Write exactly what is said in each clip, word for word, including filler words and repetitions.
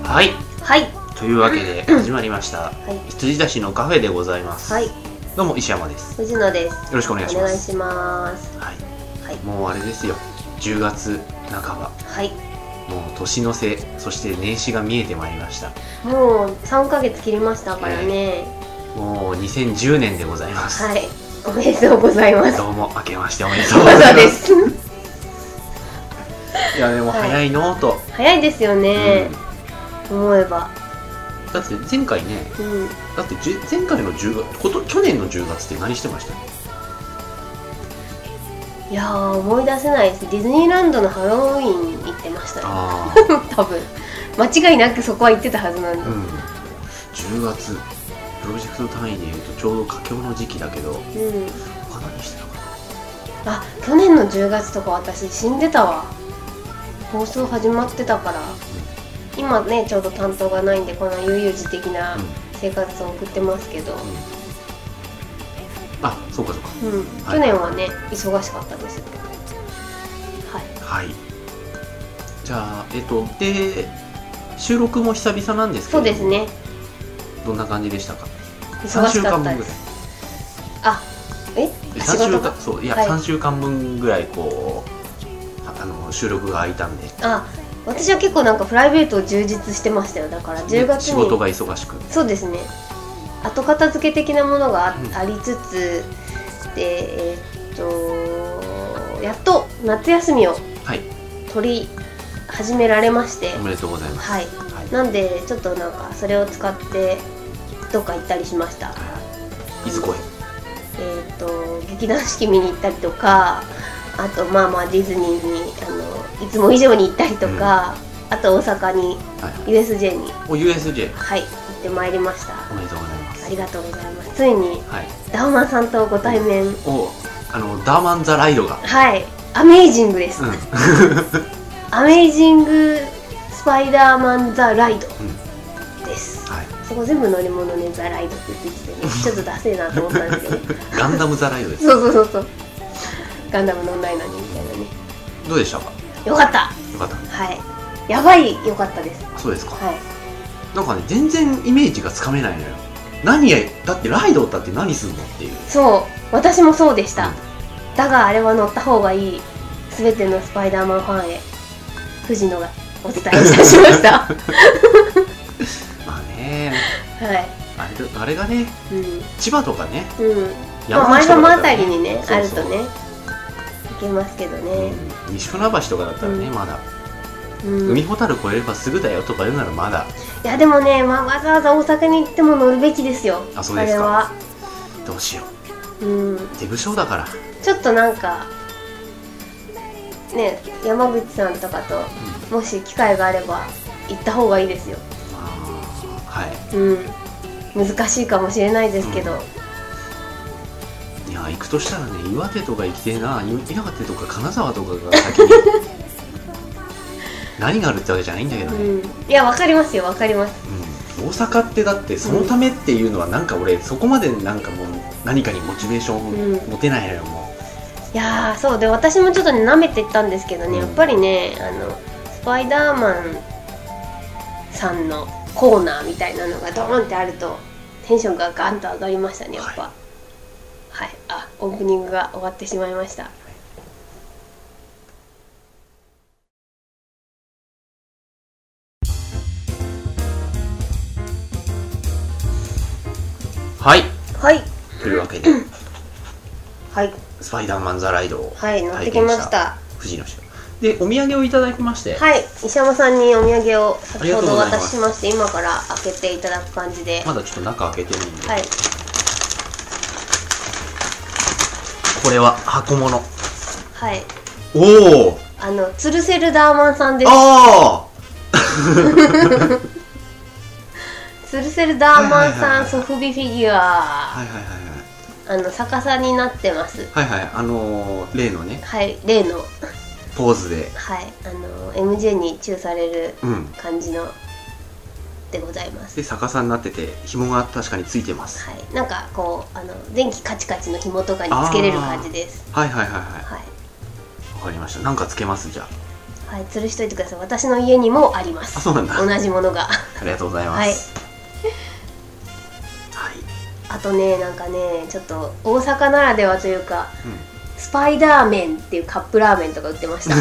はい。 はい。 というわけで始まりました、 はい、 羊出しのカフェでございます。 はい。 どうも石山です。 藤野です。 よろしくお願いします。 お願いします。 はい。はい、もうあれですよ。じゅうがつなかば。 はい。 もう年の瀬、そして年始が見えてまいりました。 もうさんかげつ切りましたからね。 えー、もうにせんじゅうねんでございます。 はい。おめでとうございます。 どうも明けましておめでとうございます。です。いやでも早いのと、はい、 早いですよね、うん、思えば。 だって前回ね、うん、だって前回のじゅうがつ、こと去年のじゅうがつって何してました？ いやー思い出せないです。ディズニーランドのハロウィーン行ってましたね。あ多分間違いなくそこは行ってたはずなんで、うん、 じゅうがつプロジェクト単位でいうとちょうど佳境の時期だけど、うん、他何してたかな。あ、去年のじゅうがつとか私死んでたわ。放送始まってたから、うん、今ねちょうど担当がないんでこんな悠々自適な生活を送ってますけど、うんうん、 あ、そうかそうか、 うん、はい、去年はね忙しかったです。はい、 はい、じゃあえっとで収録も久々なんですけど、 そうですね。 どんな感じでしたか？ 忙しかったです。あ、えさんしゅうかん、そういや、はい、さんしゅうかんぶんぐらいこうあの収録が空いたんで。 あ、私は結構なんかプライベート充実してましたよ。だからじゅうがつに仕事が忙しく。 そうですね。後片付け的なものが あ,、うん、ありつつで、えー、っとやっと夏休みを取り始められまして、はい、 おめでとうございます。 はい、はい、なんでちょっとなんかそれを使ってどっか行ったりしました。 いずこへ？ えー、っと劇団四季見に行ったりとか、あとまあまあディズニーにあのいつも以上に行ったりとか、うん、あと大阪に ユーエスジェー に、 お ユーエスジェーはい行ってまいりました。 おめでとうございます。 ありがとうございます。ついに、はい、ダーマンさんとご対面。 おあのダーマンザライドがはいアメイジングです、うん、アメイジングスパイダーマンザライドです、うん、はい、そこ全部乗り物ねザライドって言っててねちょっとダセえなと思ったんですけどガンダムザライドです。 そうそうそうそう、ガンダム乗んないのにみたいなね。 どうでしたか？ よかった。 よかった。 はい。やばいよかったです。 そうですか。 はい。 なんかね全然イメージがつかめないのよ。何やだってライドだって何すんのっていう。 そう私もそうでした。うん、だがあれは乗った方がいい。すべてのスパイダーマンファンへ藤野がお伝えいたしました。 まあね。 はい。 あれあれがね、うん、千葉とかね。 うん。まあ、前浜あたりにねあるとね行けますけどね、 うん、西船橋とかだったらね、うん、まだ、うん、海ほたる越えればすぐだよとか言うならまだ。 いやでもね、まあ、わざわざ大阪に行っても乗るべきですよ。 あ、そうですか。あれはどうしよう、うん、手不詳だから。 ちょっとなんかね山口さんとかと、うん、もし機会があれば行った方がいいですよ。 あ、はい、 うん、難しいかもしれないですけど、うん、 いや行くとしたらね岩手とか行きてえな。岩手とか金沢とかが先に何があるってわけじゃないんだけどね、うん、 いやわかりますよわかります、 うん、大阪ってだってそのためっていうのはなんか俺そこまでなんかもう何かにモチベーション持てないのよ、うん、もう。いやーそうで私もちょっとね舐めてったんですけどね、うん、やっぱりねあのスパイダーマンさんのコーナーみたいなのがドーンってあるとテンションがガンと上がりましたねやっぱ。はいはい、あ、オープニングが終わってしまいました。 はいはい、 というわけではい、 スパイダーマンザライドをはい乗ってきました。 藤野氏でお土産をいただきまして、 はい、石山さんにお土産を先ほどお渡ししまして、今から開けていただく感じで。 まだちょっと中開けてるんで、 はい、 これは箱物。 はい。 おお。 あのツルセルダーマンさんです。 ああ。 ツルセルダーマンさんソフビフィギュア。 はいはいはいはい。あの逆さになってます。 はいはい。あのー、例のね。 はい、例のポーズで。 はい。あのー、エムジェー にチューされる感じの、うん、でございます。 で逆さになってて紐が確かについてます。 はい。なんかこうあの電気カチカチの紐とかにつけれる感じです。 はいはいはいはい。はい。わかりました。なんかつけますじゃあ。 はい、吊るしといてください。私の家にもあります。 あ、そうなんだ。 同じものが。 ありがとうございます。 はい。 はい。 あとね、なんかね、ちょっと大阪ならではというか、 うん、 スパイダー麺っていうカップラーメンとか売ってました。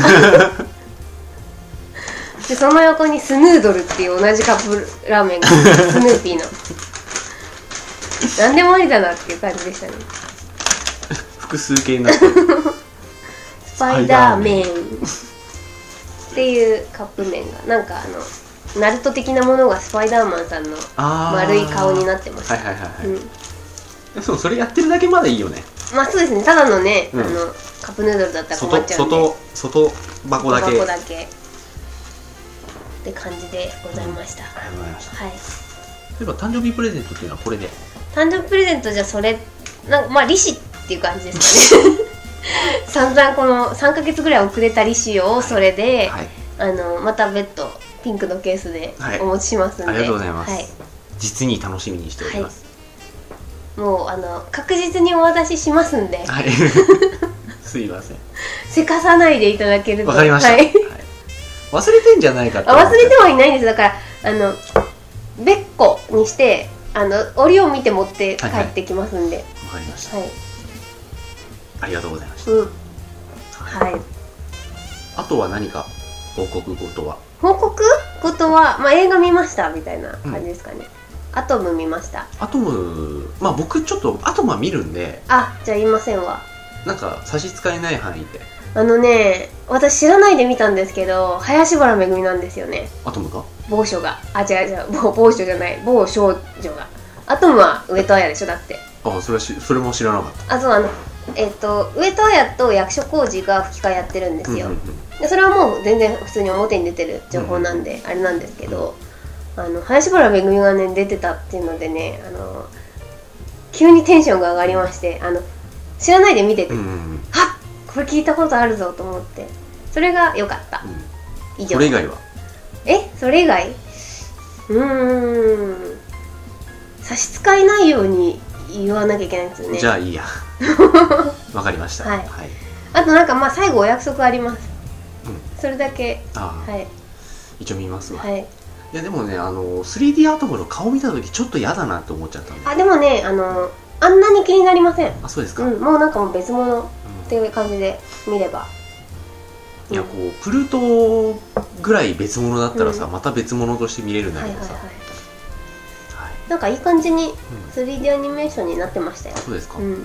でその横にスヌードルっていう同じカップラーメンがスヌーピーの何でもありだなっていう感じでしたね。 複数形になってる。 スパイダー麺っていうカップ麺がなんかあのナルト的なものがスパイダーマンさんの丸い顔になってました。 はいはいはいはい、うん、そう、それやってるだけまだいいよね。 まあそうですね、ただのね、うん、あのカップヌードルだったら困っちゃうんで、 外、外箱だけ外箱だけって感じでございました、うん、 ありがとうございました。 はい。 例えば誕生日プレゼントっていうのはこれで、 誕生日プレゼントじゃそれなんかまあ利子っていう感じですかね。散々このさんかげつぐらい遅れた利子をそれで、はいはい、あのまた別途ピンクのケースでお持ちしますんで、はい、 ありがとうございます、はい、実に楽しみにしております、 はい、もうあの確実にお渡ししますんで、 はい、すいません、 せかさないでいただけると。 わかりました、はいはい、忘れてんじゃないかって。 忘れてはいないんです。だからあの別個にしてあの折を見て持って帰ってきますんで。わ、 はいはい、かりました、 はい、 ありがとうございました、 うん、はい。 あとは何か報告事は？ 報告事は、まあ、映画見ましたみたいな感じですかね、うん、アトム見ました。 アトム、まあ僕ちょっとアトムは見るんで、 あ、じゃあ言いませんわ。なんか差し支えない範囲で。 あのね、私知らないで見たんですけど、林原めぐみなんですよね。 アトムが？ 某所が、あ、違う違う、某某所じゃない、某少女が。アトムは上戸彩でしょ、だって。 あ、それはしそれも知らなかった。 あ、そう、あのえっ、ー、と上戸彩と役所広司が吹き替えやってるんですよ、うんうんうん、でそれはもう全然普通に表に出てる情報なんで、うんうん、あれなんですけど、うん、あの林原めぐみがね出てたっていうのでね、あの急にテンションが上がりまして、あの知らないで見てて、うんうん、はっ、これ聞いたことあるぞと思って、それが良かった、 うん、以上。それ以外は？ え、それ以外？うーん、差し支えないように言わなきゃいけないんですよね。 じゃあいいや。わかりました、 はいはい、あとなんかまあ最後お約束あります、うん、それだけ。 あ、はい、一応見ますわ、 はい、 いやでもね、あの スリーディー アトムの顔見た時ちょっと嫌だなって思っちゃったんで。 あ、でもね、あのあんなに気になりません。 あ、そうですか、 うん、もうなんかもう別物っていう感じで見れば、 うん、いやこうプルートぐらい別物だったらさ、うん、また別物として見れるんだけどさ、はいはいはいはい、なんかいい感じに スリーディー アニメーションになってましたよ。 そうですか、 うん、はい。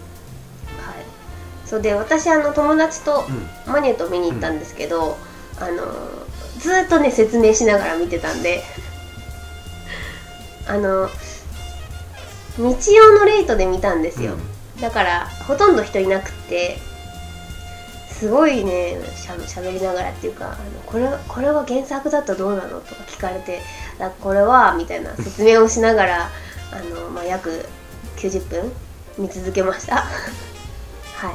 そうで、私あの友達とマニュと見に行ったんですけど、うん、あのずーっとね説明しながら見てたんであの日曜のレイトで見たんですよ、うん、だからほとんど人いなくて、すごいねしゃ、しゃべりながらっていうか、あのこれこれは原作だとどうなのとか聞かれて、だこれはみたいな説明をしながらあの、まあ、約きゅうじゅっぷん見続けましたはい、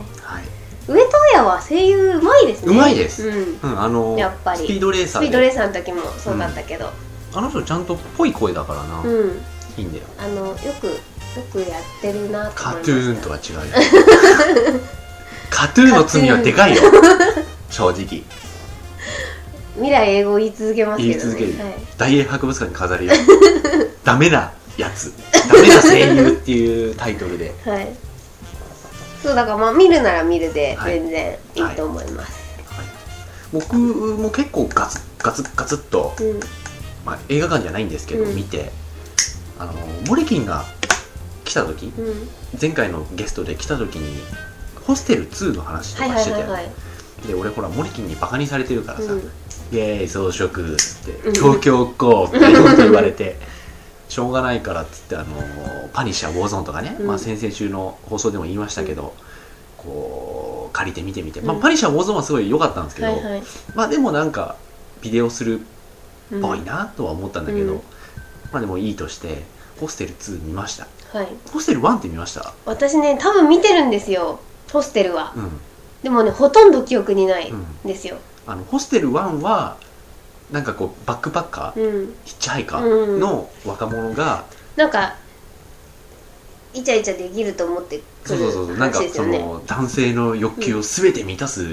はい、上戸彩は声優うまいですね。 うまいです、 うんうん、あのやっぱりスピードレーサースピードレーサーの時もそうだったけど、 うん、あの人ちゃんとぽい声だからな、うん、いいんだよ。 あのよくよくやってるなと思いました。カトゥーンとは違うよカトゥーンの罪はでかいよ正直。 未来英語言い続けますけどね。 言い続ける、 はい、 大英博物館に飾るよダメなやつ、ダメな声優っていうタイトルで、はい、 そうだからまあ見るなら見るで全然いいと思います、 はいはいはい、僕も結構ガツガツガツっと、うんまあ、映画館じゃないんですけど、うん、見て、あのモレキンが来た時、うん、前回のゲストで来た時にホステルツーの話とかしてて、で俺ほらモレキンにバカにされてるからさ、うん、イエーイ装飾って東京行こうって言われてしょうがないからっつって、あのパニッシャーウォーゾーンとかね、うんまあ、先々週の放送でも言いましたけど、うん、こう借りて見てみて、まあ、パニッシャーウォーゾーンはすごい良かったんですけど、はいはい、まあでもなんかビデオするっぽいなとは思ったんだけど、うん、まあでもいいとしてホステルツー見ました、はい、ホステルワンって見ました？ 私ね多分見てるんですよホステルは、うん、でもねほとんど記憶にないんですよ、 うん、あのホステルワンはなんかこうバックパッカー、うん、ヒッチハイカーの若者が、 うん、なんかイチャイチャできると思ってくる話ですよね。 そうそうそう、なんかその男性の欲求を全て満たす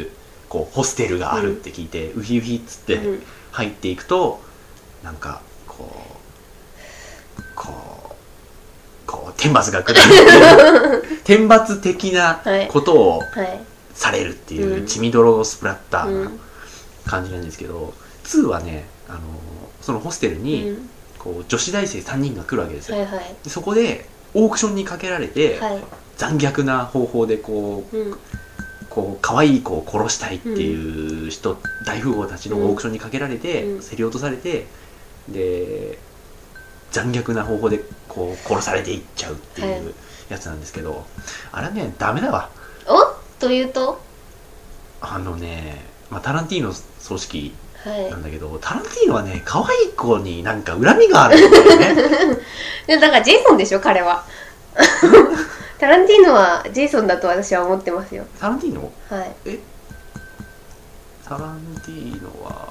こうホステルがあるって聞いて、うん、ウヒウヒっつって入っていくと、なんかこうこうこう天罰が下る天罰的なことをされるっていう血みどろスプラッターな感じなんですけど、ツーはね、あのそのホステルにこう女子大生さんにんが来るわけですよ、はいはい、でそこでオークションにかけられて、はい、残虐な方法でこう、うん、こう可愛い子を殺したいっていう人、うん、大富豪たちのオークションにかけられて、うん、競り落とされて、で残虐な方法でこう殺されていっちゃうっていうやつなんですけど、はい、あれはねダメだわ。 おというとあのね、まあ、タランティーノ組織なんだけど、はい、タランティーノはね可愛い子になんか恨みがあるんだよねだからジェイソンでしょ彼はタランティーノはジェイソンだと私は思ってますよ。 タランティーノ？ はい。 えタランティーノは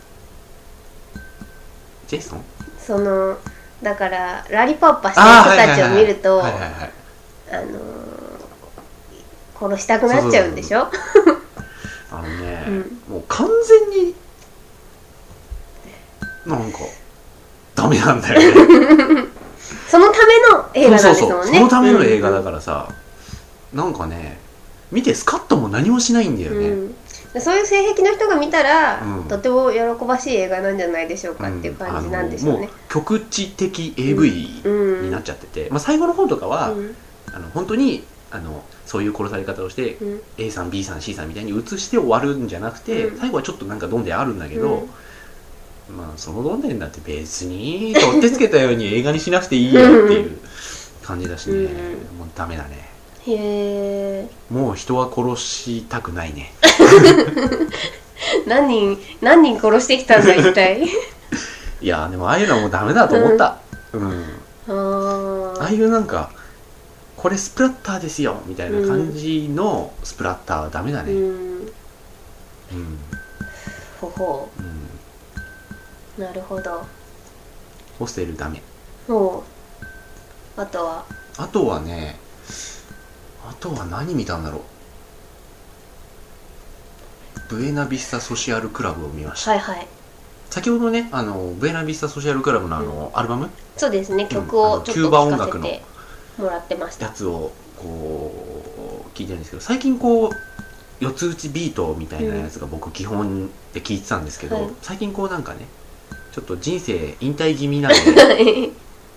ジェイソン？ そのだからラリパッパしてる人たちを見るとあの殺したくなっちゃうんでしょ。 あのね、うん、もう完全になんかダメなんだよねそのための映画なんですもんね。そうそうそう、 そのための映画だからさ、うん、なんかね見てスカッとも何もしないんだよね、うん、そういう性癖の人が見たら、うん、とても喜ばしい映画なんじゃないでしょうかっていう感じなんでしょうね、うん、もう局地的 エーブイ になっちゃってて、うん、まあ、最後の方とかは、うん、あの本当にあのそういう殺され方をして、うん、A さん B さん C さんみたいに移して終わるんじゃなくて、うん、最後はちょっとなんかどんでんあるんだけど、うん、まあそのどんでんだって別に取ってつけたように映画にしなくていいよっていう感じだしね、うん、もうダメだね。 へえ。 もう人は殺したくないね何人何人殺してきたんだ一体いやでもああいうのはもうダメだと思った、うん、あ, ああいうなんかこれスプラッターですよみたいな感じのスプラッターはダメだね。うん、うん、 ほほう、うん、なるほど。 ホステルダメ。 ほう。あとはあとはねあとは何見たんだろう。ブエナビスタソシアルクラブを見ました。 はいはい。 先ほどねあのブエナビスタソシアルクラブのあの、うん、アルバム、 そうですね、曲をちょっと聴かせて、うん、キューバ音楽のもらってましたやつをこう聞いてるんですけど、最近こう四つ打ちビートみたいなやつが僕基本で聞いてたんですけど、うん、最近こうなんかねちょっと人生引退気味なんで、ね、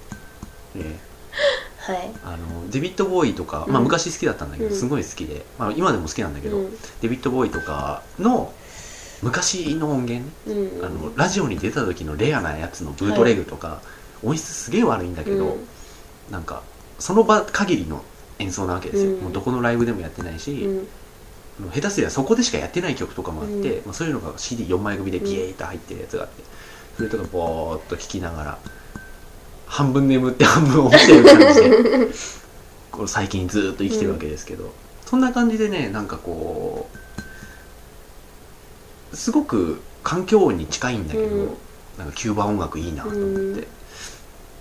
はい、 あのデビッド・ボーイとか、まあ、昔好きだったんだけど、うん、すごい好きで、まあ、今でも好きなんだけど、うん、デビッド・ボーイとかの昔の音源ね、うん、あのラジオに出た時のレアなやつのブートレグとか、はい、音質すげえ悪いんだけど、うん、なんかその場限りの演奏なわけですよ、うん、もうどこのライブでもやってないし、うん、下手すりゃそこでしかやってない曲とかもあって、うん、まあ、そういうのが シーディーよん 枚組でビエーっと入ってるやつがあって、それとかボーっと聴きながら半分眠って半分起きてる感じでこれ最近ずーっと生きてるわけですけど、うん、そんな感じでね、なんかこうすごく環境音に近いんだけど、うん、なんかキューバ音楽いいなと思って、うん、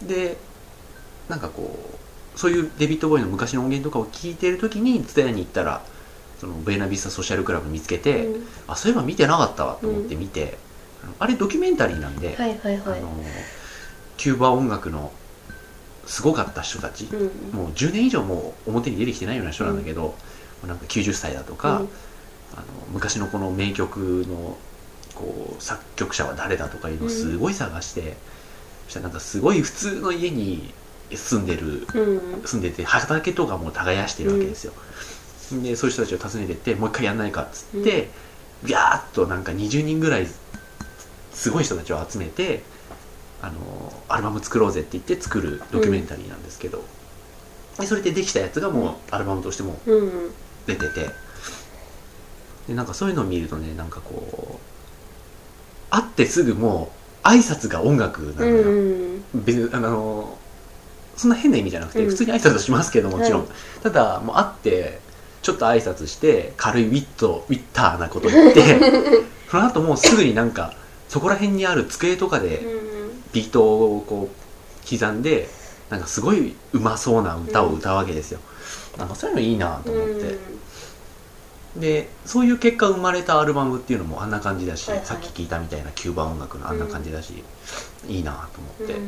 でなんかこうそういうデビッド・ボーイの昔の音源とかを聴いてる時にツタヤに行ったらそのベーナビスタソシャルクラブ見つけて、うん、あそういえば見てなかったわと思って見て、うん、あれドキュメンタリーなんで、 はいはいはい、 あのキューバ音楽のすごかった人たち、うん、もうじゅうねん以上もう表に出てきてないような人なんだけど、うん、なんかきゅうじゅっさいだとか、うん、あの昔のこの名曲のこう作曲者は誰だとかいうのをすごい探して、うん、そしたらなんかすごい普通の家に住んでる、うん、住んでて畑とかも耕してるわけですよ、うん、でそういう人たちを訪ねてってもう一回やんないかっつって、うん、ビャーっとなんかにじゅうにんぐらいすごい人たちを集めてあのアルバム作ろうぜって言って作るドキュメンタリーなんですけど、うん、でそれでできたやつがもうアルバムとしても出てて、でなんかそういうのを見るとね、なんかこう会ってすぐもう挨拶が音楽なのよ、うん、別あのそんな変な意味じゃなくて、うん、普通に挨拶しますけどもちろん、はい、ただもう会ってちょっと挨拶して軽いウィットウィッターなこと言ってその後もうすぐになんかそこら辺にある机とかでビートをこう刻んでなんかすごいうまそうな歌を歌うわけですよ、うん、なんかそういうのいいなと思って、 でそういう結果生まれたアルバムっていうのもあんな感じだし、 はいはい、 さっき聞いたみたいなキューバ音楽のあんな感じだし、うん、いいなと思って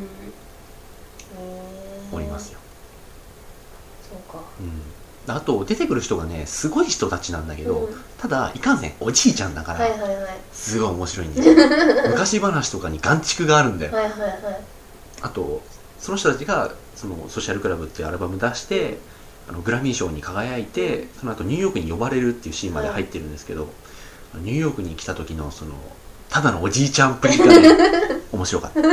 おりますよ、 うん、そうか、 うん、あと出てくる人がねすごい人たちなんだけど、うん、ただいかんせんおじいちゃんだから、 はいはいはい、 すごい面白いんだよ昔話とかに眼蓄があるんだよ、 はいはいはい、 あとその人たちがそのソシャルクラブっていうアルバム出して、あのグラミー賞に輝いて、その後ニューヨークに呼ばれるっていうシーンまで入ってるんですけど、はい、ニューヨークに来た時のそのただのおじいちゃんっぷりがね面白かった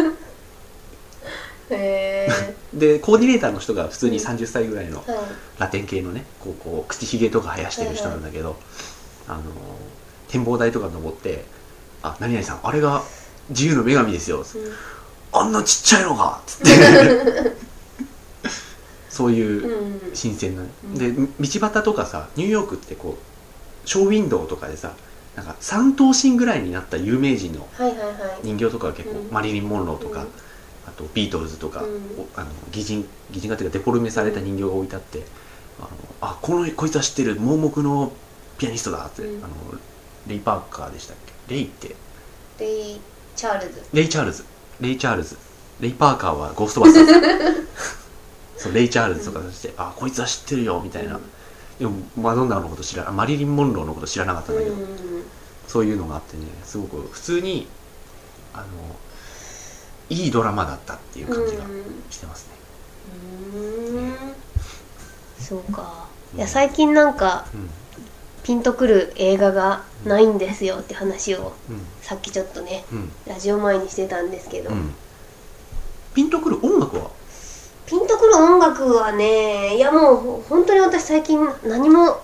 へでコーディネーターの人が普通にさんじゅっさいぐらいのラテン系のね、こうこう口ひげとか生やしてる人なんだけど、はいはい、あの展望台とか登って「あ、何々さんあれが自由の女神ですよ」うん、あんなちっちゃいのが」つってそういう新鮮な、ね、うん、で道端とかさ、ニューヨークってこうショーウィンドウとかでさ、なんかさん頭身ぐらいになった有名人の人形とかが結構、はいはいはい、マリリン・モンローとか、うん、あとビートルズとか、うん、あの擬人擬人化というかデフォルメされた人形が置いてあって、うん、あのあこのこいつは知ってる盲目のピアニストだって、うん、あのレイ・パーカーでしたっけ、レイってレイ・チャールズレイ・チャールズレイ・チャールズレイ・パーカーはゴーストバスターズそうレイ・チャールズとかして、うん、あこいつは知ってるよみたいな、うん、でもマドンナのこと知らマリリン・モンローのこと知らなかったんだけど、うん、そういうのがあってね、すごく普通にあのいいドラマだったっていう感じがしてますね。 うーん、そうか。いや最近なんか、うん、ピンとくる映画がないんですよって話を、うん、さっきちょっとね、うん、ラジオ前にしてたんですけど、うん、 ピンとくる音楽はピンとくる音楽はね、いやもう本当に私最近何も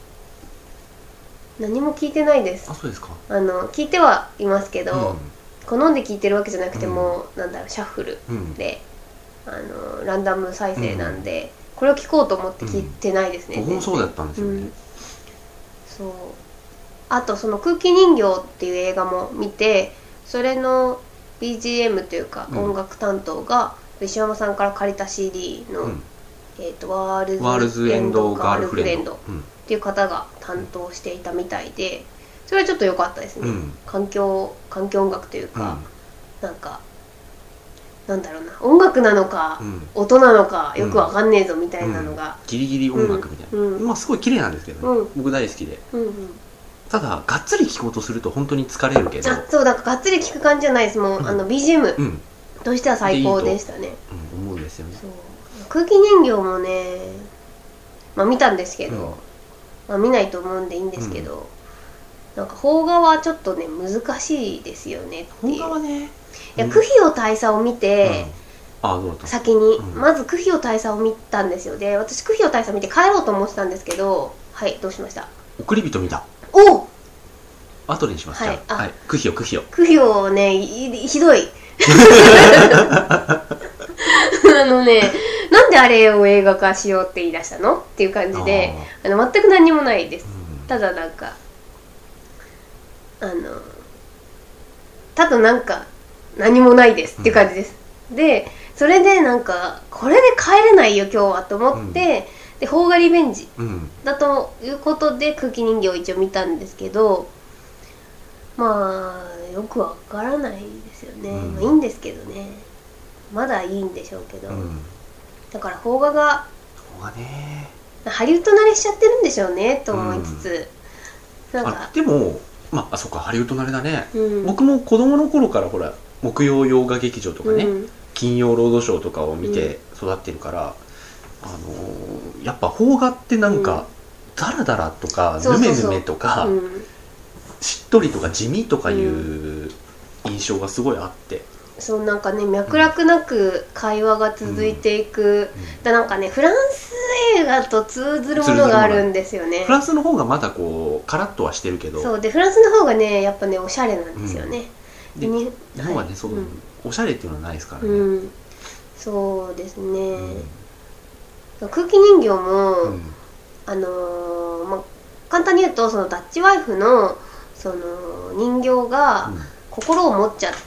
何も聞いてないです。 あ、そうですか。 あの聞いてはいますけど、うん、好んで聞いてるわけじゃなくても、うん、なんだろうシャッフルで、うん、あのランダム再生なんで、うん、これを聞こうと思って聞いてないですね。 僕もそうだったんですよね。うん、 そう。あとその空気人形っていう映画も見て、それの ビージーエム というか音楽担当が石山さんから借りた シーディー の、うん、えーと、ワールズエンドガールフレンドっていう方が担当していたみたいで、それはちょっと良かったですね、うん、環境環境音楽というか、うん、なんかなんだろうな、音楽なのか、うん、音なのかよくわかんねえぞみたいなのが、 うん、ギリギリ音楽みたいな、うん、まあすごい綺麗なんですけどね、うん、僕大好きで、うんうん、ただがっつり聴こうとすると本当に疲れるけど、 あ、そうだからがっつり聴く感じじゃないです。もう、うん、あの ビージーエム、うんとしては最高でしたね。 うん、思うんですよね。 そう空気人形もね、まあ見たんですけど、うん、まあ見ないと思うんでいいんですけど、うん、なんか邦画はちょっとね難しいですよねっていう。 邦画はね、 いやクヒオ大佐を見て、 うん、あ、どうだった先に、うん、まずクヒオ大佐を見たんですよ。で、私クヒオ大佐見て帰ろうと思ってたんですけど、はい、どうしました？ 送り人見た。 おお。 後にします。はい、はい、クヒオクヒオ。 クヒオね、ひどい。あのね、なんであれを映画化しようって言い出したのっていう感じで、あの全く何もないです、うん、ただなんかあのただなんか何もないですっていう感じです、うん、で、それでなんかこれで帰れないよ今日はと思って、うん、で邦画リベンジだということで空気人形を一応見たんですけど、まあよくわからないですよね、うん、まあ、いいんですけどね、まだいいんでしょうけど、うん、だから邦画が邦画ね、 ハリウッド慣れしちゃってるんでしょうねと思いつつ、 うん、なんかあでもまあ、あ、そっか、ハリウッド慣れだね、うん、僕も子供の頃からほら木曜洋画劇場とかね、うん、金曜ロードショーとかを見て育ってるから、うん、あのー、やっぱ邦画ってなんか、うん、ダラダラとかヌメヌメとか、そうそうそう、うん、しっとりとか地味とかいう印象がすごいあって、 うん、そうなんかね脈絡なく会話が続いていく、うんうん、だなんかねフランス映画と通ずるものがあるんですよね。 フランスの方がまだこうカラッとはしてるけど、 そうでフランスの方がねやっぱねおしゃれなんですよね、 うん、で日本はね、はい、そう、うん、おしゃれっていうのはないですからね、 うん、そうですね、うん、空気人形も、うん、あのー、まあ簡単に言うとそのダッチワイフのその人形が心を持っちゃって、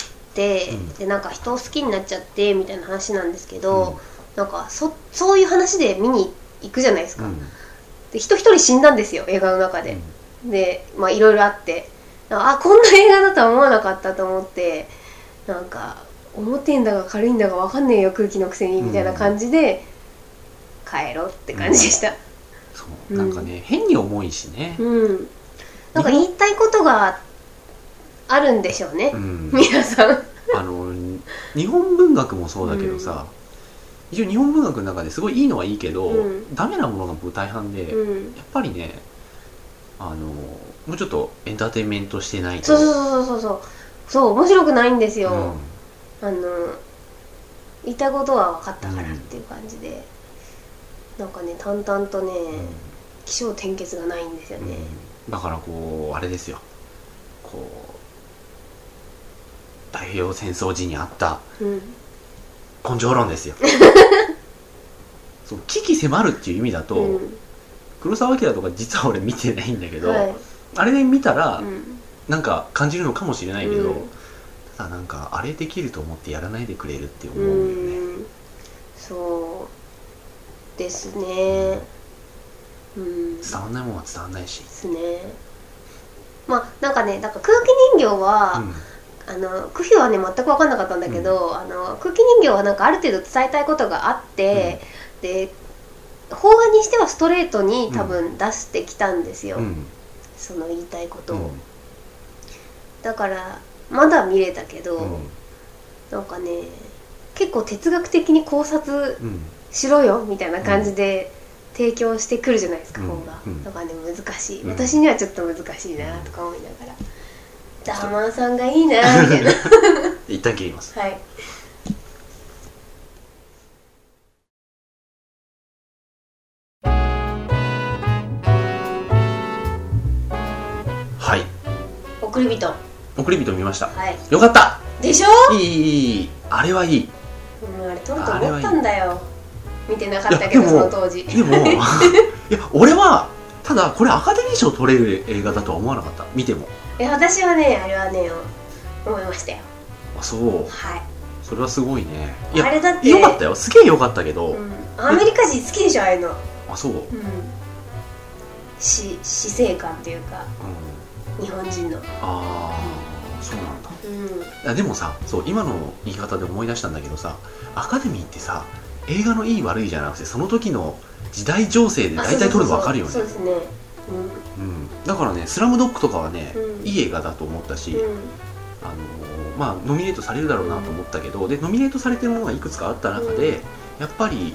うん、でなんか人を好きになっちゃってみたいな話なんですけど、うん、なんか そ, そういう話で見に行くじゃないですか、うん、で人一人死んだんですよ映画の中で、 でまあいろいろあって、あこんな映画だとは思わなかったと思って、なんか重てんだか軽いんだか分かんねえよ空気のくせにみたいな感じで帰ろうって感じでした、うん、 そうなんかね、うん、変に重いしね、 うん、なんか言いたいことがあるんでしょうね、うん、皆さんあの日本文学もそうだけどさ、うん、一応日本文学の中ですごいいいのはいいけど、うん、ダメなものが舞台版で、うん、やっぱりねあのもうちょっとエンターテインメントしてないと、 そうそうそうそうそうそう面白くないんですよ、うん、あの言いたいことは分かったからっていう感じで、うん、なんかね淡々とね、うん、起承転結がないんですよね、 うん、だからこうあれですよ、こう太平洋戦争時にあった根性論ですよ、うん、そう危機迫るっていう意味だと、うん、黒澤明とか実は俺見てないんだけど、はい、あれで見たら、うん、なんか感じるのかもしれないけど、うん、ただなんかあれできると思ってやらないでくれるって思うんだよね、うん、 そうですね、うん、 伝わんないもんは伝わんないしですね。まあなんかね、だから空気人形は、うんあのクフィはね全く分かんなかったんだけど、うん、あの空気人形はなんかある程度伝えたいことがあって、うん、で邦画にしてはストレートに多分出してきたんですよ、うん、その言いたいことを、うん、だからまだ見れたけど、うん、なんかね結構哲学的に考察しろよみたいな感じで提供してくるじゃないですか、本が、だからね難しい、私にはちょっと難しいなとか思いながら、ダーマンさんがいいなみたいな一旦切ります。 はい。 はい。 送り人。 送り人見ました。 はい。 よかった。 でしょ？ いいいいいい。あれはいい。 うん、あれ撮ると思ったんだよ。見てなかったけどその当時。 でもいや俺はただこれアカデミー賞取れる映画だとは思わなかった。見ても。 え私はねあれはね思いましたよ。 あそう。 はい。 それはすごいね。いやあれだってよかったよ。すげえよかったけど、うん、 アメリカ人好きでしょああいうの。 あそう。うん。 し死生観っていうか、うん、日本人の。ああ、うん、そうなんだ。うん。でもさ、そう今の言い方で思い出したんだけどさ、アカデミーってさ映画のいい悪いじゃなくてその時の時代情勢で大体撮るの分かるよね。 そうですね。 うん、うん、だからね「スラムドッグとかはね、うん、いい映画だと思ったし、うん、あのー、まあノミネートされるだろうなと思ったけど、でノミネートされてるものがいくつかあった中で、うん、やっぱり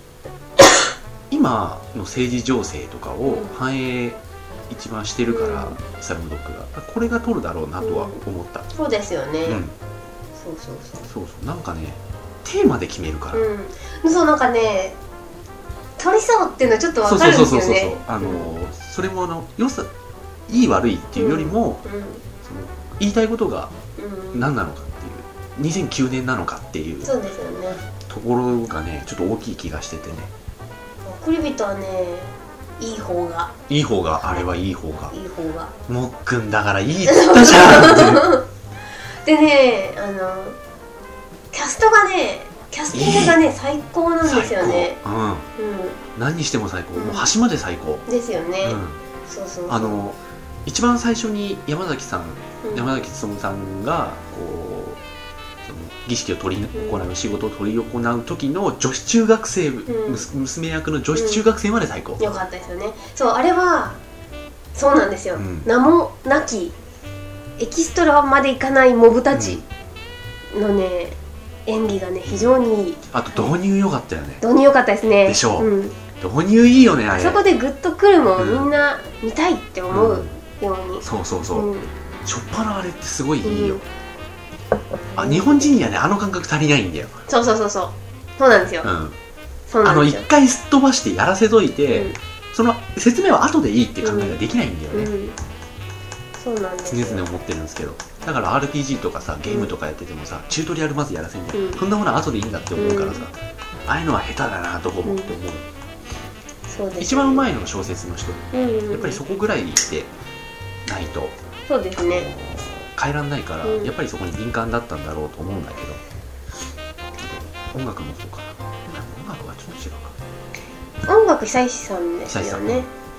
今の政治情勢とかを反映一番してるから、うん、スラムドッグがこれが撮るだろうなとは思った、うん、 そうですよね、うん、そうそうそうそうそうなんかねテーマで決めるから、 うん、そうなんかね撮りそうっていうのはちょっと分かるんですよね。そうそうそうそうあの、うん、それもあの良さいい悪いっていうよりも、うんうん、その言いたいことが何なのかっていうにせんきゅうねんなのかっていう、 そうですよね、 ところがねちょっと大きい気がしててね。 送り人はねいい方がいい方があれはいい方が、 いい方がもっくんだからいいっつったじゃんってでねあのキャストがねキャスティングがね、最高なんですよね。 うん、うん、何にしても最高、うん、もう端まで最高ですよね、うん、そうそうそうあの一番最初に山崎さん、うん、山崎努さんがこうその儀式を取り行う、うん、仕事を取り行う時の女子中学生、うん、娘役の女子中学生まで最高、 うん、よかったですよね。そうあれはそうなんですよ、うん、名もなきエキストラまでいかないモブたちのね、演技がね非常にいい。 あと導入良かったよね。 導入良かったですね。 でしょう、うん、導入いいよねあれ。 あそこでグッとくるもん、うん、みんな見たいって思うように、うん、 そうそうそう、うん、しょっぱなあれってすごいいいよ、うん、あ日本人にはねあの感覚足りないんだよ。 そうそうそうそうそうなんですよ、うん、そうなんですよ。 あの一回すっ飛ばしてやらせといて、うん、その説明は後でいいって考えができないんだよね、うんうん、そうなんですよ。常々思ってるんですけど、だから アールピージー とかさゲームとかやっててもさ、うん、チュートリアルまずやらせんじゃん、うん、そんなものは後でいいんだって思うからさ、うん、ああいうのは下手だなどこもって思う、うん、そうですね、一番うまいのが小説の人、うんうんうん、やっぱりそこぐらいでないとそうですね変えらんないから、うん、やっぱりそこに敏感だったんだろうと思うんだけど、音楽もそうかな。音楽はちょっと違うか。 音楽久石さんですよね。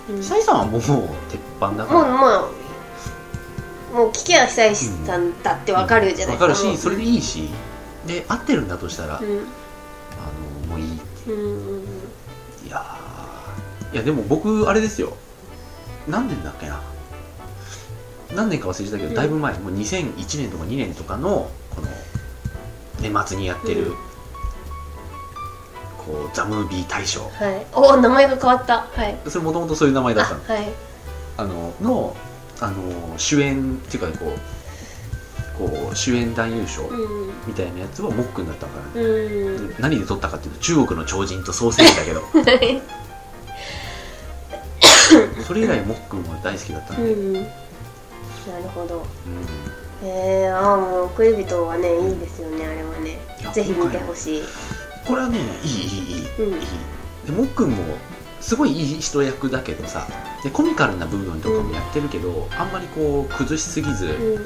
うん、 久石さんはもう鉄板だから、 もうもうもう聞きゃ久石さんだってわかるじゃないですか、 わかるし、それでいいし、で合ってるんだとしたら、うん、あのもういいっていう、うんうんうん、いやいやでも僕あれですよ、何年だっけな、何年か忘れてたけど、うん、だいぶ前、もうにせんいちねんとかにねんとかのこの年末にやってる、うん、こうザ・ムービー大賞、 はい、お名前が変わった、はい、 それもともとそういう名前だったの、 あ、はい、 あののあの主演っていうかこうこう主演男優賞みたいなやつはもっくんだったから、ね、うん、何で取ったかっていうと中国の超人とソーセージだけどそれ以来もっくんは大好きだったんで、うん、 なるほど、うん、えー、ああもう送り人はねいいですよね、あれはね、ぜひ見てほしい。 これはねいいいいいい、うん、いいでもっくんもすごいいい人役だけどさ、でコミカルな部分とかもやってるけど、うん、あんまりこう崩しすぎず、うん、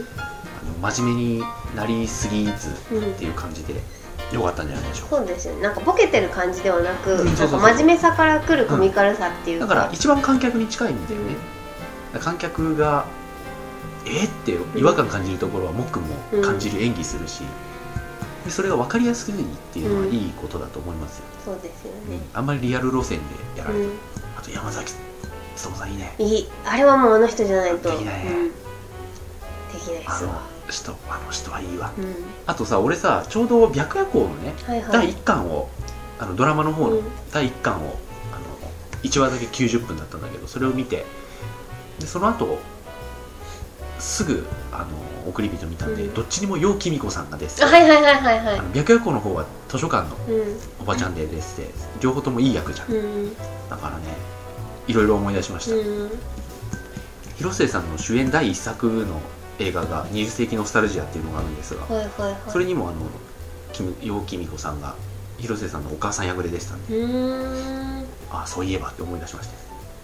あの真面目になりすぎずっていう感じでよかったんじゃないでしょうか。 そうですよね、なんかボケてる感じではなく、うん、なんか真面目さからくるコミカルさっていうか、 うん、だから一番観客に近いんだよね、うん、観客がえー、って違和感感じるところはもっくんも感じる演技するし、でそれが分かりやすいっていうのはいいことだと思いますよ、 うん、そうですよね、 うん、あんまりリアル路線でやられて、うん、あと山崎努さんいいね、 いい、あれはもうあの人じゃないとできないね、うん、 できないっすわ、 あの人、あの人はいいわ、うん、あとさ俺さちょうど白夜行のね、はいはい、だいいっかんをあのドラマの方のだいいっかんを、うん、あのいちわだけきゅうじゅっぷんだったんだけど、それを見てでその後すぐあの送り人見たんで、うん、どっちにも楊貴美子さんがです、 はいはいはいはいはい、 白夜行の方は図書館のおばちゃんでですて、うん、両方ともいい役じゃん、うん、だからねいろいろ思い出しました、うん、広末さんの主演だいいっさくの映画がにじゅっせいきノスタルジアっていうのがあるんですが、はいはいはい、それにもあの楊貴美子さんが広末さんのお母さん役で出てたんで、うーん、あそういえばって思い出しました。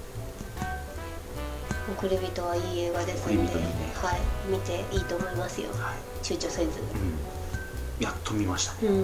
送り人はいい映画ですので、いい、ね、はい、見ていいと思いますよ、はい、躊躇せず、 うん、やっと見ましたね、うん、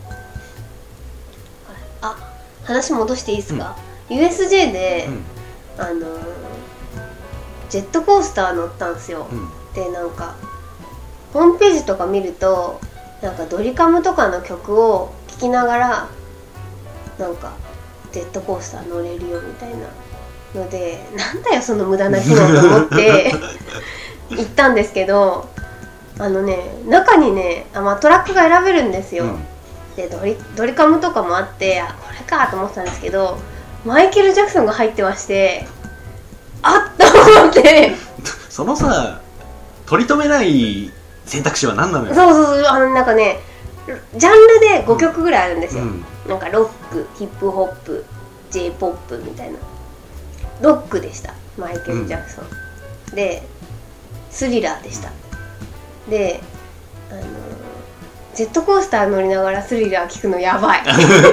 あ、話戻していいですか、うん、ユーエスジェー で、うん、あのー、ジェットコースター乗ったんですよ、うん、でなんかホームページとか見るとなんかドリカムとかの曲を聴きながらなんかジェットコースター乗れるよみたいなので、なんだよその無駄な機能と思って行ったんですけど、あのね中にね、あ、まあ、トラックが選べるんですよ、うん、でドリ、ドリカムとかもあって、あこれかと思ってたんですけど、マイケル・ジャクソンが入ってまして、あっと思ってそのさ取り留めない選択肢は何なのよ。 そうそうそう、あのなんかねジャンルでごきょくぐらいあるんですよ、うん、なんかロック、ヒップホップ、 J-ポップ みたいな。ロックでしたマイケル・ジャクソン、うん、でスリラーでした、うん、であのジェットコースター乗りながらスリラー聞くのやばい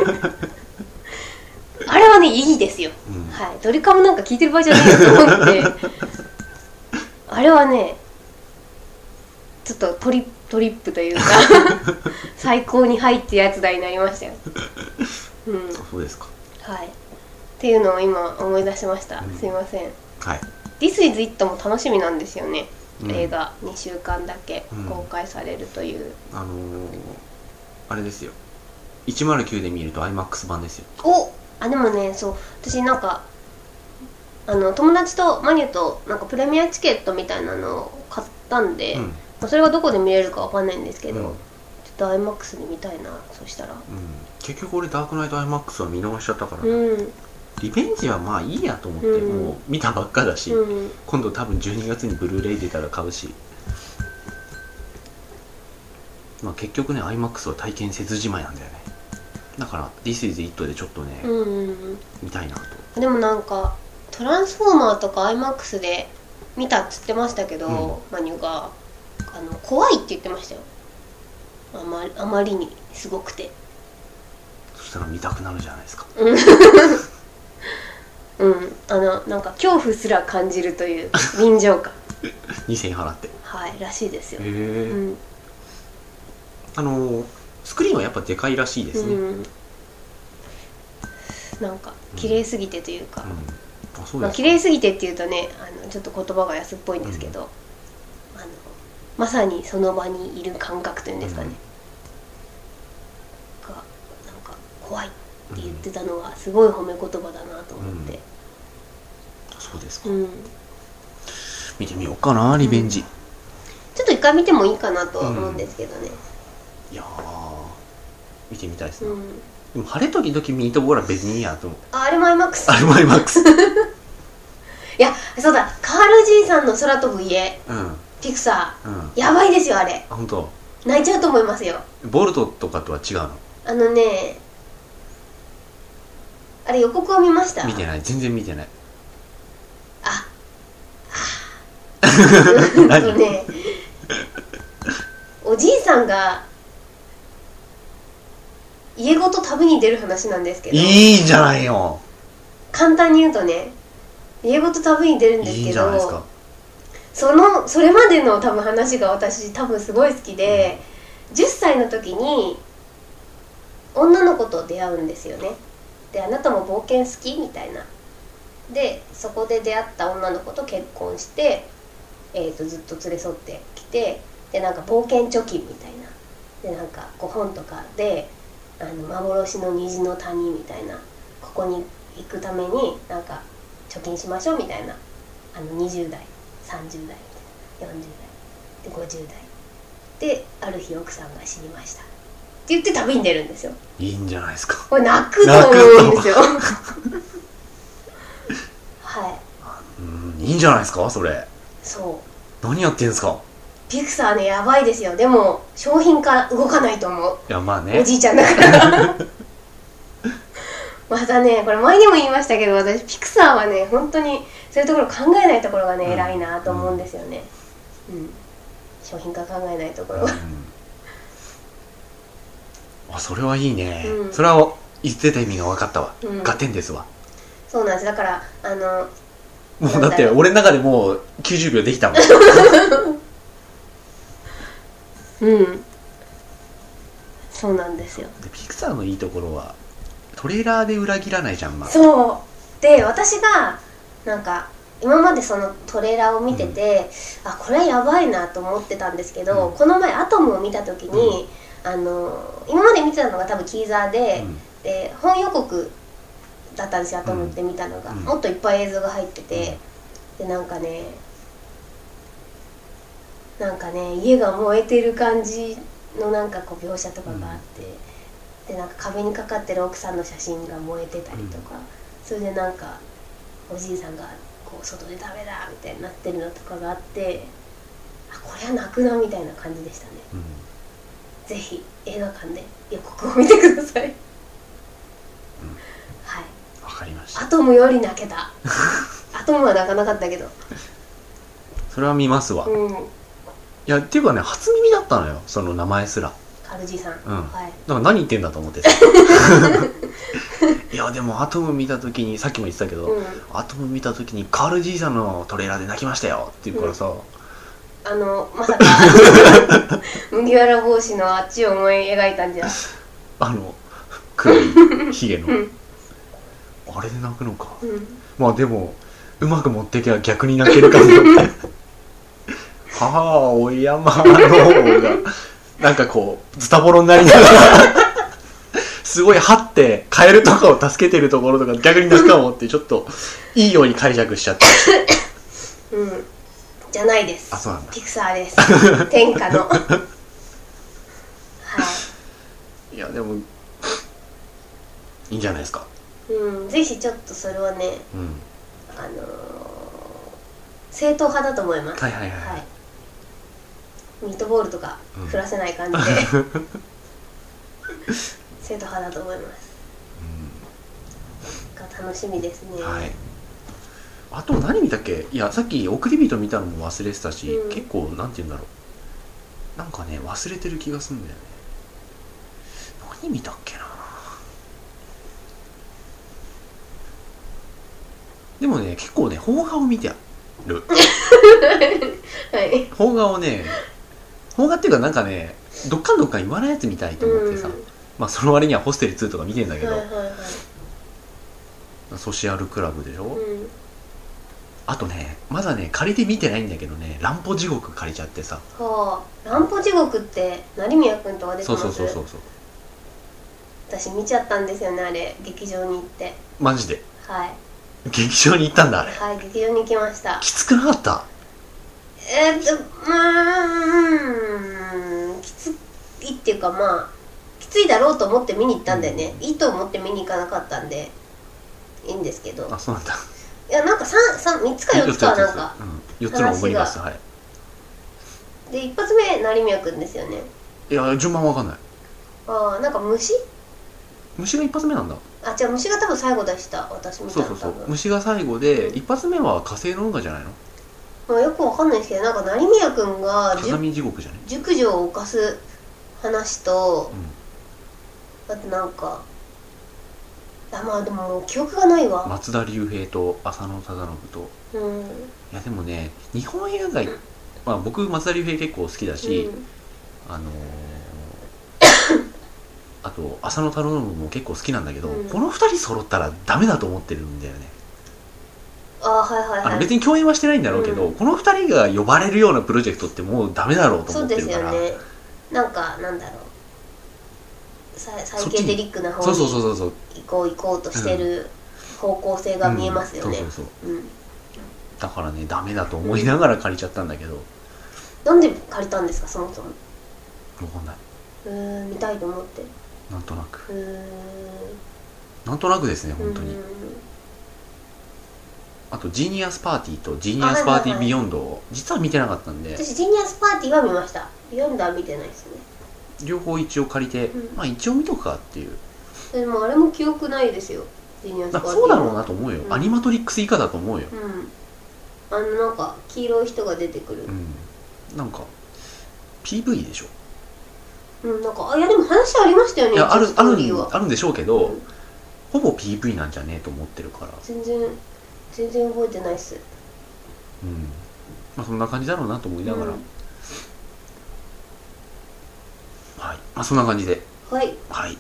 あれはねいいですよ、うん、はい、ドリカムなんか聞いてる場合じゃないと思ってあれはねちょっとトリ、トリップというか最高に入ってやつだになりましたよ、 うん、そうですか、 はいっていうのを今思い出しました、うん、すいません、 はい、 This is It も楽しみなんですよね、うん、映画にしゅうかんだけ公開されるという、 うん、あのー、あれですよいちまるきゅうで見ると アイマックス 版ですよ。 おあでもね、そう私なんかあの友達とマニュとなんかプレミアチケットみたいなのを買ったんで、うん、まあ、それがどこで見れるかわかんないんですけど、うん、ちょっと アイマックス で見たいな、そしたら、うん、 結局俺ダークナイト アイマックス は見逃しちゃったから、 うん、 リベンジはまあいいやと思って、うん、もう見たばっかだし、うん、今度多分じゅうにがつにブルーレイ出たら買うし、まあ、結局ね アイマックス は体験せずじまいなんだよね。だから This is It でちょっとね、うんうんうん、見たいなと。 でもなんかトランスフォーマーとか アイマックス で見たっつってましたけど、うん、マニュがあの怖いって言ってましたよ、あまり、あまりにすごくて。 そしたら見たくなるじゃないですかうん、あのなんか恐怖すら感じるという臨場感にせんえん払ってはいらしいですよ。へえ、うん、 あのスクリーンはやっぱでかいらしいですね、うん、 なんか綺麗すぎてというか、 まあ綺麗すぎてっていうとねあのちょっと言葉が安っぽいんですけど、うん、あのまさにその場にいる感覚というんですかね、うん、がなんか怖いって言ってたのはすごい褒め言葉だなと思って、うん、 そうですか、 うん、 見てみようかなリベンジ、うん、 ちょっと一回見てもいいかなとは思うんですけどね、 うん、いや見てみたいですね、 うん、 でも晴れ時々ミートボールは別にいいやと思う。 あ、あれも アイマックスあれも アイマックス いや、そうだ、カール爺さんの空飛ぶ家、うん、ピクサー、うん、やばいですよあれ。 あ、本当。 泣いちゃうと思いますよ。 ボルトとかとは違うの？ あのね、あれ予告を見ました？ 見てない、全然見てない。 あ、あ何ね、おじいさんが家ごと旅に出る話なんですけど、 いいじゃないよ。 簡単に言うとね、家ごと旅に出るんですけど、 いいじゃないですか。 そのそれまでの多分話が私多分すごい好きで、うん、じゅっさいの時に女の子と出会うんですよね。で、あなたも冒険好きみたいな。で、そこで出会った女の子と結婚して、えーと、ずっと連れ添ってきて、でなんか冒険貯金みたいな、でなんかご本とかであの幻の虹の谷みたいな、ここに行くためになんか貯金しましょうみたいな、あのにじゅう代さんじゅう代みたいな、よんじゅう代でごじゅう代で、ある日奥さんが死にましたって言って旅に出るんですよ。 いいんじゃないですか。 これ泣くと思うんですよはい、 うん、いいんじゃないですかそれ。 そう、 何やってんすか。 ピクサーね、やばいですよ。でも商品化動かないと思う。 いや、まあね、 おじいちゃんだからまたね、これ前にも言いましたけど、私ピクサーはね本当にそういうところ考えないところがね、うん、偉いなと思うんですよね、うんうん、商品化考えないところが、うん、 あ、それはいいね、 うん、 それは言ってた意味が分かったわ、うん、合点ですわ。 そうなんです。だからあのもうだって俺の中でもうきゅうじゅうびょうできたもんうん、そうなんですよ。 でピクサーのいいところはトレーラーで裏切らないじゃん、まあ、 そうで、私がなんか今までそのトレーラーを見てて、うん、あ、これやばいなと思ってたんですけど、うん、この前アトムを見た時に、うん、あの今まで見てたのが多分キーザーで、うん、で本予告だったんですよ、アトムって見たのが、うん、もっといっぱい映像が入ってて、でなんかねなんかね家が燃えてる感じのなんかこう描写とかがあって、うん、でなんか壁にかかってる奥さんの写真が燃えてたりとか、うん、それでなんかおじいさんがこう外でダメだみたいになってるのとかがあって、あ、これは泣くなみたいな感じでしたね、うん、ぜひ映画館で予告を見てください、うん、はい、 わかりました。 アトムより泣けたアトムは泣かなかったけどそれは見ますわ、 うん、いやっていうかね、初耳だったのよ、その名前すら。 カルジさん、 うん、 はい、 だから何言ってんだと思ってさいやでもアトム見た時に、さっきも言ってたけど、うん、アトム見た時にカール爺さんのトレーラーで泣きましたよって言うからさ、うん、 あのまさか麦わら帽子のあっちを思い描いたんじゃ。 あの黒いヒゲの、うん、あれで泣くのか、うん、まあでもうまく持っていけば逆に泣けるかもってはあ、お山の方がなんかこうズタボロになりながらすごい張ってカエルとかを助けてるところとか逆に泣くかもって、ちょっといいように解釈しちゃってうん、じゃないです。 あ、そうなんだ。 ピクサーです天下のはい、 いやでもいいんじゃないですか。 うん、ぜひちょっとそれはね、うん、あのー、正統派だと思います。 はいはいはい、はい、 ミートボールとか振らせない感じで、うん、正統派だと思います、うん、が楽しみですね。 はい。あと何見たっけ。いやさっき送り人見たのも忘れてたし、うん、結構なんて言うんだろう、なんかね忘れてる気がするんだよね。何見たっけな。でもね結構ね邦画を見てあるはい、 邦画をね、邦画っていうかなんかねどっかんどっかん言わないやつ見たいと思ってさ、うん、まあその割にはホステルツーとか見てんだけど、はいはいはい、ソシアルクラブでしょ、うん、 あとねまだね借りて見てないんだけどね、乱歩地獄借りちゃってさ。 はあ、乱歩地獄って成宮君とか出てます？ そうそうそうそうそう。 私見ちゃったんですよね、あれ劇場に行って。 マジで？ はい。 劇場に行ったんだあれ。 はい、劇場に行きました。 きつくなかった？ えー、っとうーんきついっていうか、まあきついだろうと思って見に行ったんだよね、うん、いいと思って見に行かなかったんでいいんですけど。 あ、そうなんだ。 いや、なんか 3, 3, みっつかよっつかはなんか、 うん、よっつの思います。はい。 で一発目成宮君ですよね。 いや順番わかんない。 ああ、なんか虫虫が一発目なんだ。 あ、じゃあ虫が多分最後でした、私見たの。そうそうそう、 虫が最後で、うん、一発目は火星の運河じゃないの？ まあ、よくわかんないですけど、なんか成宮君が風見地獄じゃね、 熟女を犯す話と、うん、あとなんか、あ、まあでももう記憶がないわ。松田龍平と浅野忠信と、うん、いやでもね日本映画界、まあ、僕松田龍平結構好きだし、うん、あのー、あと浅野忠信も結構好きなんだけど、うん、このふたり揃ったらダメだと思ってるんだよね。 あ、はいはいはい、 あの別に共演はしてないんだろうけど、うん、このふたりが呼ばれるようなプロジェクトってもうダメだろうと思ってるから。 そうですよね。なんかなんだろう、サイケデリックな方に行こう行こうとしてる方向性が見えますよね。 だからねダメだと思いながら借りちゃったんだけど、うん、 なんで借りたんですかそもそも。 分かんない。 うーん、見たいと思って。 なんとなく。 うーん、 なんとなくですね本当に。あとジーニアスパーティーとジーニアスパーティービヨンドを実は見てなかったんで。 私ジーニアスパーティーは見ました。ビヨンドは見てないですね。 両方一応借りて、うん、まあ一応見とくかっていう。 でもあれも記憶ないですよ、ジーニアスパーティー。 そうだろうなと思うよ、うん、アニマトリックス以下だと思うよ。 うん、あのなんか黄色い人が出てくる、 うん、なんか ピーブイ でしょ。 うん、なんか、あ、いやでも話ありましたよね。 いや、ある、ある、あるんでしょうけど、うん、ほぼ ピーブイ なんじゃねえと思ってるから。 全然全然覚えてないっす。 うん、まあそんな感じだろうなと思いながら、うん、はい、まあそんな感じで、 はいはい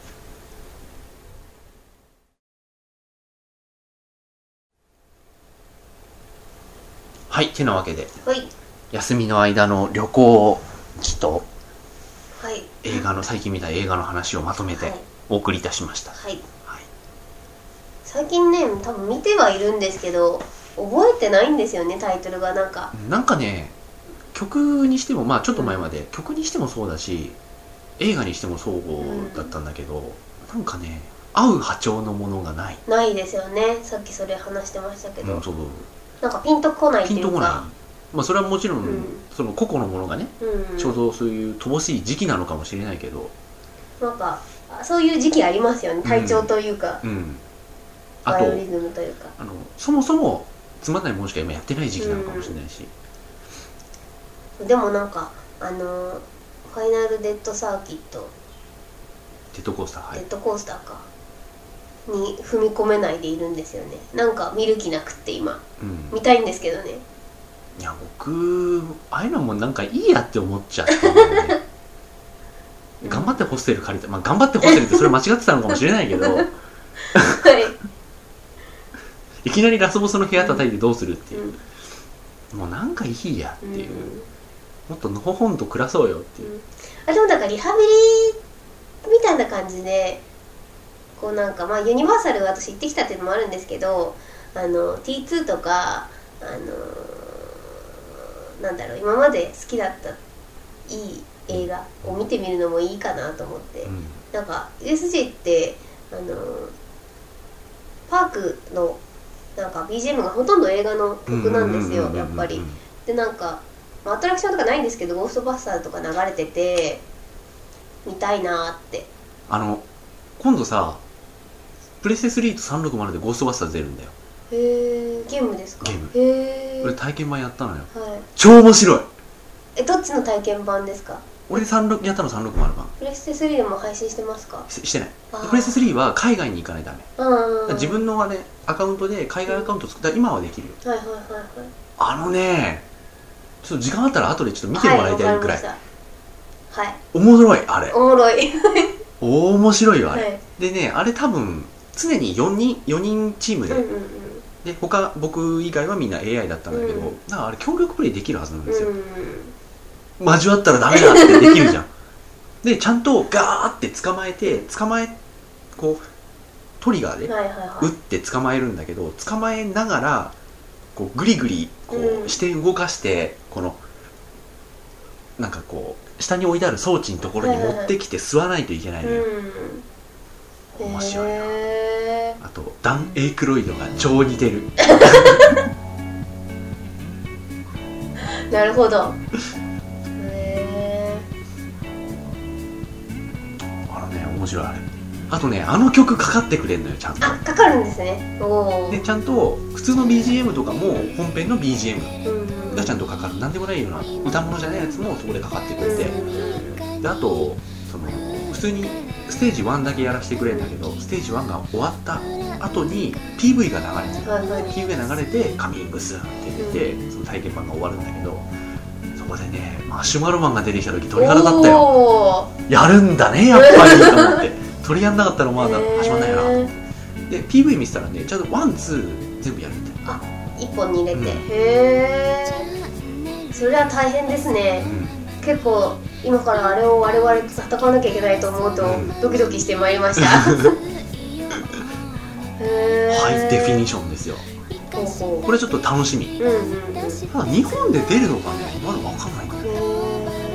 はい、てなわけで、 はい、 休みの間の旅行記と、 はい、 映画の最近見た映画の話をまとめてお送りいたしました。 はい、はい、最近ね多分見てはいるんですけど覚えてないんですよね、タイトルが。なんかなんかね、曲にしてもまあちょっと前まで、うん、曲にしてもそうだし映画にしてもそうだったんだけど、うん、なんかね合う波長のものがないないですよね。さっきそれ話してましたけど、 うん、そうなんかピンとこないっていうか。 ピンとこない。まあそれはもちろん、うん、その個々のものがね、うん、ちょうどそういう乏しい時期なのかもしれないけど、 なんかそういう時期ありますよね、体調というか、 うんうん、 あとバイオリズムというか、 あのそもそもつまんないものしか今やってない時期なのかもしれないし、 うん、でもなんかあのファイナルデッドサーキットデッドコースター、はい、 デッドコースターかに踏み込めないでいるんですよね。なんか見る気なくって今、うん、見たいんですけどね。 いや僕ああいうのもなんかいいやって思っちゃって、ねうん、頑張ってホステル借りて、まあ頑張ってホステルってそれ間違ってたのかもしれないけど、はい、いきなりラスボスの部屋叩いてどうするっていう、うん、もうなんかいいやっていう、うん、もっとのほほんと暮らそうよっていう、うん、 あでもなんかリハビリみたいな感じでこうなんかまあユニバーサル私行ってきたっていうのもあるんですけど、あの ティーツー とかあのなんだろう、今まで好きだったいい映画を見てみるのもいいかなと思って、うん、なんか ユーエスジェー ってあのパークのなんか ビージーエム がほとんど映画の曲なんですよ、やっぱり。でなんか、まあ、アトラクションとかないんですけどゴーストバスターズとか流れてて見たいなーって。あの今度さプレステスリーとさんびゃくろくじゅうでゴーストバスターズ出るんだよ。 へー、ゲームですか？ ゲーム。 へー、 俺体験版やったのよ、 はい、 超面白い。 え、どっちの体験版ですか？ 俺さんろくやったのさんびゃくろくじゅう版。 プレステスリーでも配信してますか？ し, してない。プレステスリーは海外に行かないとダメ。自分の、ね、アカウントで海外アカウント作ったら今はできるよ、 はいはいはいはい。 あのねちょっと時間あったら後でちょっと見てもらいたいくらい、はい、 はい、 面白いあれ。 おもろい面白いよあれ、 はい、 でねあれ多分常によにんよにんチームでで他僕以外はみんな エーアイ だったんだけど、うん、だからあれ協力プレイできるはずなんですよ、うん、交わったらダメだってできるじゃんでちゃんとガーって捕まえて捕まえこうトリガーで打って捕まえるんだけど、捕まえながらこうグリグリこうして動かして、うん、このなんかこう下に置いてある装置のところに持ってきて吸わないといけないのよ、うん、面白いな。あとダン・エイクロイドが超似てるなるほどへあのね面白いあれ。あとねあの曲かかってくれるのよちゃんと。 あかかるんですね。おでちゃんと普通の ビージーエム とかも本編の ビージーエム がちゃんとかかる。なんでもないような歌物じゃないやつもそこでかかってくれて、であとその普通にステージワンだけやらせてくれるんだけど、ステージワンが終わった後に ピーブイ が流れてる、はいはい、ピーブイ が流れてカミングスって出て、うん、その体験版が終わるんだけど、そこでねマシュマロマンが出てきた時鳥肌立ったよ。やるんだねやっぱりと思って鳥やんなかったらまだ始まんないよな。で ピーブイ 見せたらねちゃんとワンツー全部やるみたいな。 あ一本に入れて、うん、へえそれは大変ですね、うん、結構今からあれを我々戦わなきゃいけないと思うとドキドキしてまいりましたへハイデフィニションですよ。ほうほうこれちょっと楽しみ、うんうんうん、ただ日本で出るのかねまだ分かんないんだよね。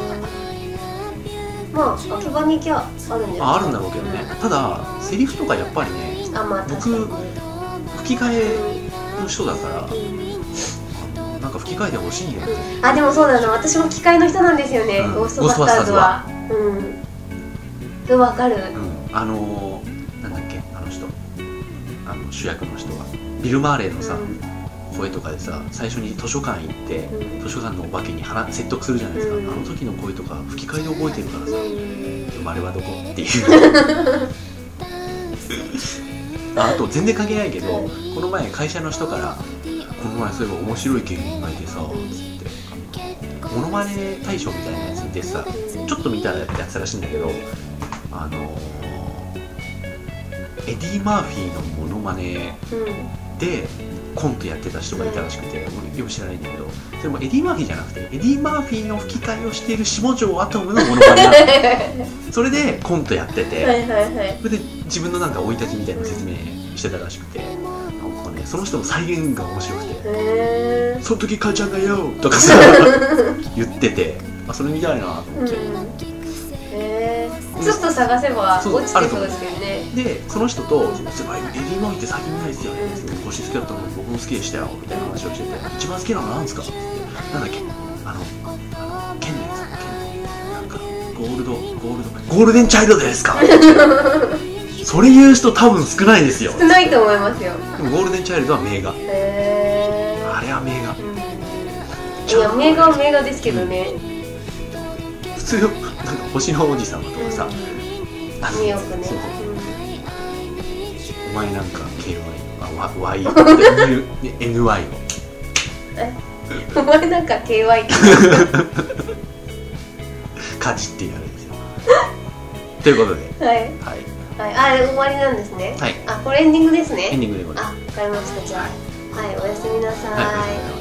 まあ秋葉に行きゃあるんじゃないですか。 ああるんだろうけどね、うん、ただセリフとかやっぱりねあ、まあ、 僕吹き替えの人だから、うん、なんか吹き替えてほしいんだよね、 うん、あでもそうなの私も吹き替えの人なんですよね、うん、ゴーストバスターズはうん分かる、 うん、あのー、なんだっけあの人あの主役の人はビル・マーレーのさ、うん、声とかでさ最初に図書館行って、うん、図書館のお化けに話説得するじゃないですか、うん、あの時の声とか吹き替えで覚えてるからさ、うん、生まれはどこっていうあ, あと全然関係ないけど、うん、この前会社の人からこの前そういえば面白い芸人がいてさ、うん、つってモノマネ大賞みたいなやつでさちょっと見たやつらしいんだけど、あのー、エディ・マーフィーのモノマネでコントやってた人がいたらしくて、俺よく知らないんだけど、それもエディ・マーフィーじゃなくてエディ・マーフィーの吹き替えをしている下條アトムのモノマネなのそれでコントやってて、はいはいはい、それで自分のなんか生い立ちみたいな説明してたらしくて、なんかねその人の再現が面白くて、へその時母ちゃんがよとかさ言ってて、あそれ見たいなと思って、うん、へーちょっと探せば落ちてそうですけどね。 でその人と「エディ・マーフィーって最近見ないですよね」星好きだったのに僕も好きでしたよみたいな話をしてて、一番好きなのなんですかって言って、なんだっけあのあの剣のやつ剣なんかゴールドゴールドゴールデンチャイルドですかそれ言う人多分少ないですよ。 少ないと思いますよ。 でもゴールデンチャイルドは名画。へーあれは名画、うん、 いや名画は名画ですけどね、 うん、普通なんか星の王子様とかさ、 うん、見よくね、そうお前なんか ケーワイ あ ワイ って エヌワイ をえお前なんか ケーワイ ってかじってやるんですよということで、はいはいはい、あ終わりなんですね、はい、あこれエンディングですね。 エンディングでございます。 あ分かりました。じゃあはい、はい、おやすみなさい、はい。